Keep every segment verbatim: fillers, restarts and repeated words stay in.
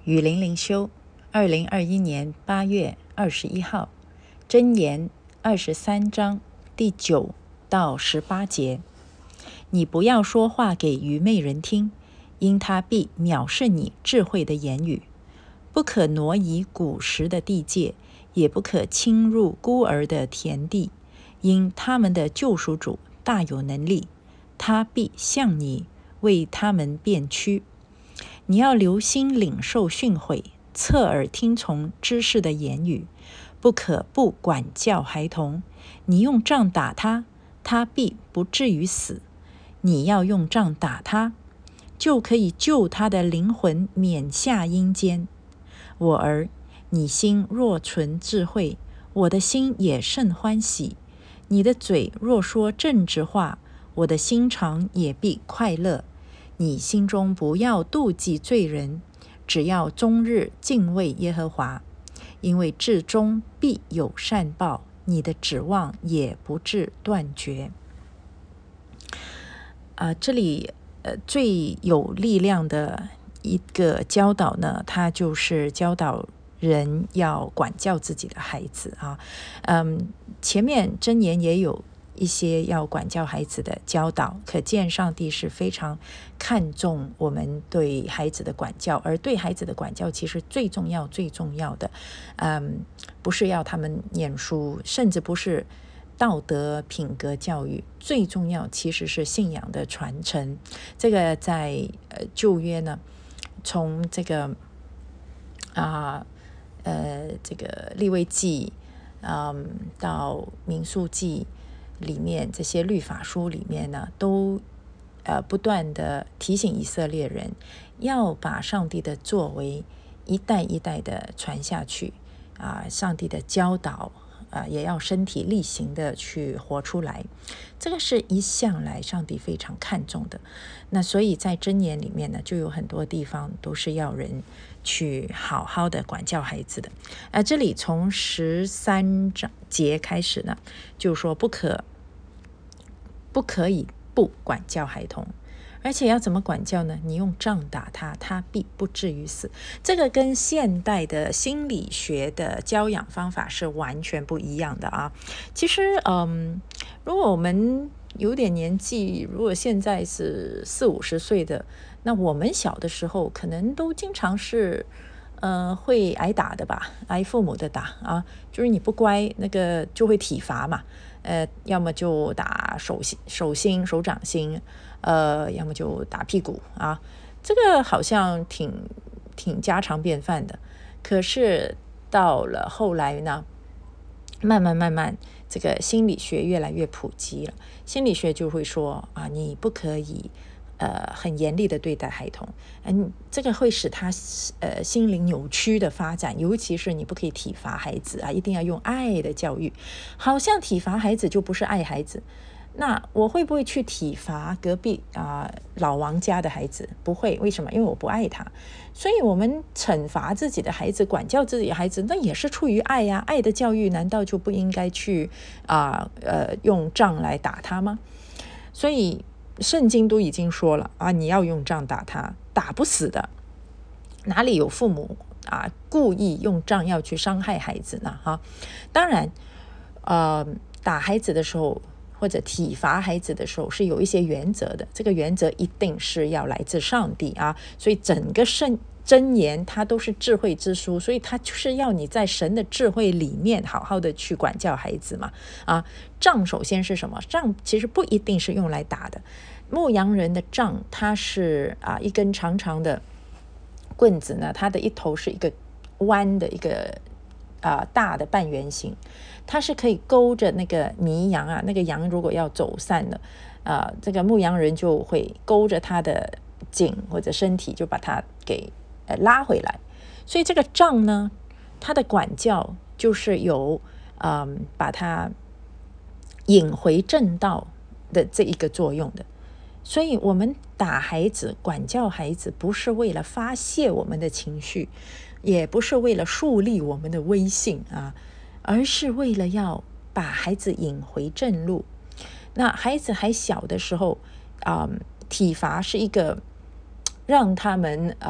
雨林灵修，二零二一年八月二十一号，箴言二十三章第九到十八节。你不要说话给愚昧人听，因他必藐视你智慧的言语。不可挪移古时的地界，也不可侵入孤儿的田地，因他们的救赎主大有能力，他必向你为他们辩屈。你要留心领受训诲，侧耳听从知识的言语，不可不管教孩童。你用杖打他，他必不至于死；你要用杖打他，就可以救他的灵魂免下阴间。我儿，你心若存智慧，我的心也甚欢喜。你的嘴若说正直话，我的心肠也必快乐。你心中不要妒忌罪人，只要终日敬畏耶和华，因为至终必有善报，你的指望也不致断绝。啊，这里呃最有力量的一个教导呢，它就是教导人要管教自己的孩子啊。嗯，前面箴言也有一些要管教孩子的教导，可见上帝是非常看重我们对孩子的管教，而对孩子的管教其实最重要最重要的，嗯，不是要他们念书，甚至不是道德品格教育，最重要其实是信仰的传承。这个在呃旧约呢，从这个啊呃这个利未记，嗯，到民数记里面，这些律法书里面呢，都呃不断的提醒以色列人要把上帝的作为一代一代的传下去啊，上帝的教导啊，也要身体力行的去活出来。这个是一向来上帝非常看重的。那所以在箴言里面呢，就有很多地方都是要人去好好的管教孩子的。啊，这里从十三节开始呢，就说不可不可以不管教孩童，而且要怎么管教呢？你用杖打他，他必不至于死。这个跟现代的心理学的教养方法是完全不一样的啊。其实，嗯，如果我们有点年纪，如果现在是四五十岁的，那我们小的时候可能都经常是呃，会挨打的吧，挨父母的打啊，就是你不乖，那个就会体罚嘛，呃，要么就打手心、手心、手掌心，呃，要么就打屁股啊，这个好像挺挺家常便饭的。可是到了后来呢，慢慢慢慢，这个心理学越来越普及了，心理学就会说啊，你不可以呃，很严厉的对待孩童，嗯，这个会使他呃心灵扭曲的发展，尤其是你不可以体罚孩子啊，一定要用爱的教育，好像体罚孩子就不是爱孩子。那我会不会去体罚隔壁啊、呃、老王家的孩子？不会，为什么？因为我不爱他。所以我们惩罚自己的孩子，管教自己的孩子，那也是出于爱呀、啊。爱的教育难道就不应该去啊 呃, 呃用杖来打他吗？所以圣经都已经说了啊，你要用杖打他，打不死的。哪里有父母啊故意用杖要去伤害孩子呢？哈，当然，呃，打孩子的时候或者体罚孩子的时候是有一些原则的，这个原则一定是要来自上帝啊。所以整个圣箴言它都是智慧之书，所以它就是要你在神的智慧里面好好的去管教孩子嘛。啊，杖首先是什么？杖其实不一定是用来打的。牧羊人的杖，它是啊一根长长的棍子呢，它的一头是一个弯的一个啊大的半圆形，它是可以勾着那个迷羊啊，那个羊如果要走散了，啊这个牧羊人就会勾着它的颈或者身体，就把它给呃拉回来。所以这个杖呢，它的管教就是有嗯把它引回正道的这一个作用的。所以我们打孩子、管教孩子，不是为了发泄我们的情绪，也不是为了树立我们的威信啊，而是为了要把孩子引回正路。那孩子还小的时候，嗯，体罚是一个让他们呃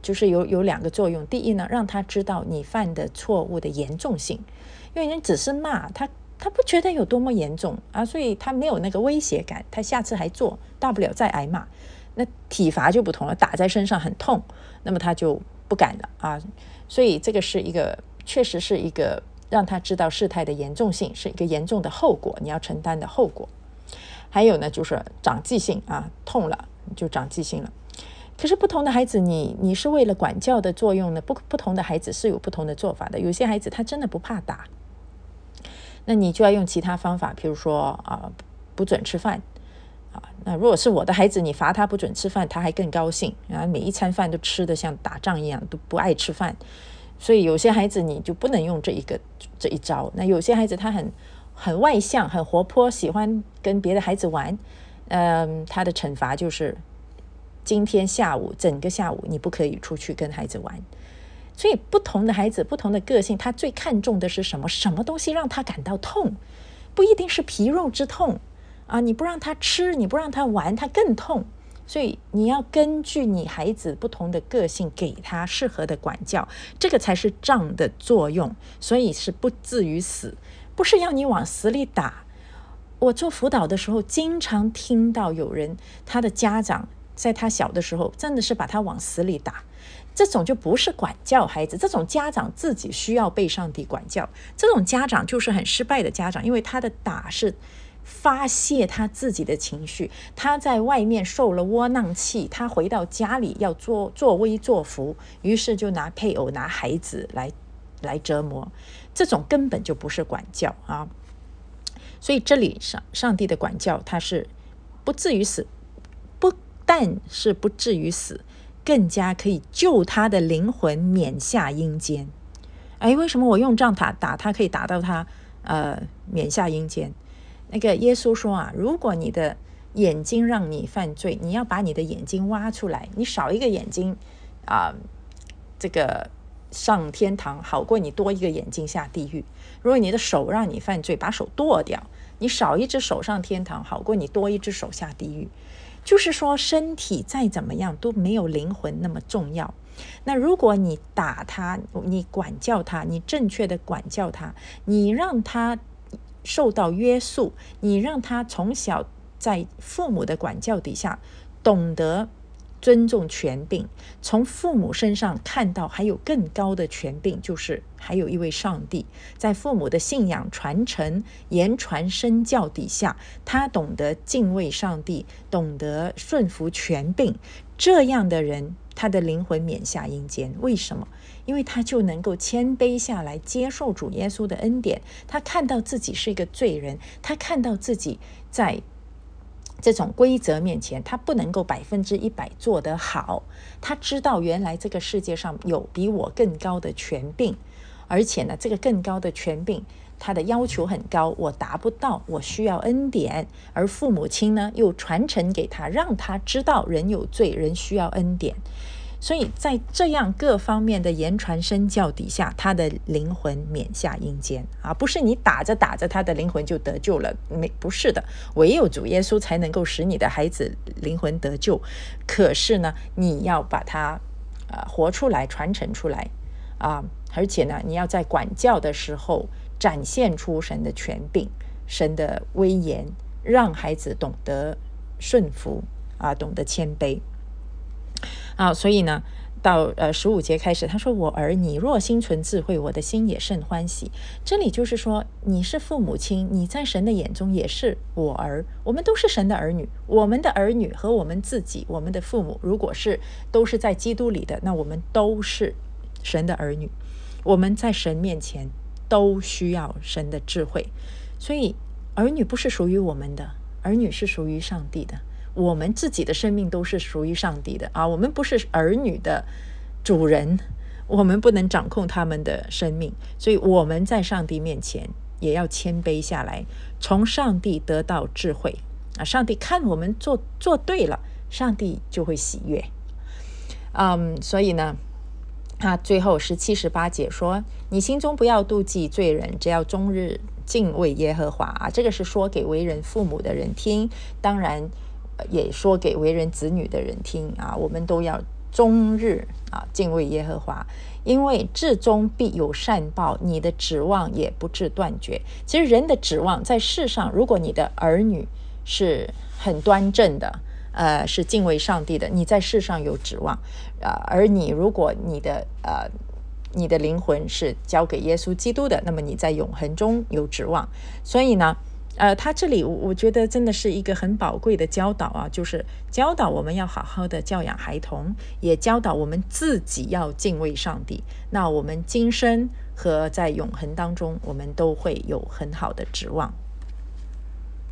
就是有有两个作用。第一呢，让他知道你犯的错误的严重性，因为人只是骂他，他不觉得有多么严重啊，所以他没有那个威胁感，他下次还做，大不了再挨骂。那体罚就不同了，打在身上很痛，那么他就不敢了啊。所以这个是一个，确实是一个让他知道事态的严重性，是一个严重的后果，你要承担的后果。还有呢，就是长记性啊，痛了就长记性了。可是不同的孩子，你你是为了管教的作用呢，不不同的孩子是有不同的做法的。有些孩子他真的不怕打，那你就要用其他方法，比如说啊，不准吃饭啊。那如果是我的孩子，你罚他不准吃饭，他还更高兴，然后每一餐饭都吃得像打仗一样，都不爱吃饭。所以有些孩子你就不能用这一个这一招。那有些孩子他很很外向，很活泼，喜欢跟别的孩子玩，嗯，他的惩罚就是今天下午整个下午你不可以出去跟孩子玩。所以不同的孩子，不同的个性，他最看重的是什么？什么东西让他感到痛？不一定是皮肉之痛啊！你不让他吃，你不让他玩，他更痛。所以你要根据你孩子不同的个性，给他适合的管教，这个才是杖的作用。所以是不至于死，不是要你往死里打。我做辅导的时候，经常听到有人他的家长在他小的时候，真的是把他往死里打。这种就不是管教孩子，这种家长自己需要被上帝管教。这种家长就是很失败的家长，因为他的打是发泄他自己的情绪，他在外面受了窝囊气，他回到家里要作作威作福，于是就拿配偶拿孩子来来折磨。这种根本就不是管教啊！所以这里上上帝的管教，他是不至于死，不但是不至于死，更加可以救他的灵魂免下阴间。哎，为什么我用杖打打他可以打到他呃免下阴间？那个耶稣说啊，如果你的眼睛让你犯罪，你要把你的眼睛挖出来，你少一个眼睛啊、呃，这个上天堂好过你多一个眼睛下地狱。如果你的手让你犯罪，把手剁掉，你少一只手上天堂好过你多一只手下地狱。就是说身体再怎么样都没有灵魂那么重要。那如果你打他，你管教他，你正确的管教他，你让他受到约束，你让他从小在父母的管教底下懂得尊重权柄，从父母身上看到还有更高的权柄，就是还有一位上帝。在父母的信仰传承言传身教底下，他懂得敬畏上帝，懂得顺服权柄，这样的人他的灵魂免下阴间。为什么？因为他就能够谦卑下来，接受主耶稣的恩典。他看到自己是一个罪人，他看到自己在这种规则面前，他不能够百分之一百做得好。他知道原来这个世界上有比我更高的权柄，而且呢，这个更高的权柄，他的要求很高，我达不到，我需要恩典。而父母亲呢，又传承给他，让他知道人有罪，人需要恩典。所以在这样各方面的言传身教底下，他的灵魂免下阴间啊！不是你打着打着他的灵魂就得救了，没不是的，唯有主耶稣才能够使你的孩子灵魂得救。可是呢，你要把它呃活出来，传承出来啊！而且呢，你要在管教的时候展现出神的权柄、神的威严，让孩子懂得顺服啊，懂得谦卑。啊，所以呢，到呃十五节开始，他说：“我儿，你若心存智慧，我的心也甚欢喜。”这里就是说，你是父母亲，你在神的眼中也是我儿，我们都是神的儿女。我们的儿女和我们自己，我们的父母，如果是都是在基督里的，那我们都是神的儿女。我们在神面前都需要神的智慧，所以儿女不是属于我们的，儿女是属于上帝的。我们自己的生命都是属于上帝的啊！我们不是儿女的主人，我们不能掌控他们的生命，所以我们在上帝面前也要谦卑下来，从上帝得到智慧啊！上帝看我们做做对了，上帝就会喜悦。嗯，所以呢，他最后十七、十八节说：“你心中不要妒忌罪人，只要终日敬畏耶和华啊！”这个是说给为人父母的人听，当然也说给为人子女的人听啊，我们都要终日啊敬畏耶和华，因为至终必有善报，你的指望也不致断绝。其实人的指望在世上，如果你的儿女是很端正的，呃，是敬畏上帝的，你在世上有指望。呃，而你如果你的呃你的灵魂是交给耶稣基督的，那么你在永恒中有指望。所以呢，呃，他这里我觉得真的是一个很宝贵的教导啊，就是教导我们要好好的教养孩童，也教导我们自己要敬畏上帝。那我们今生和在永恒当中，我们都会有很好的指望。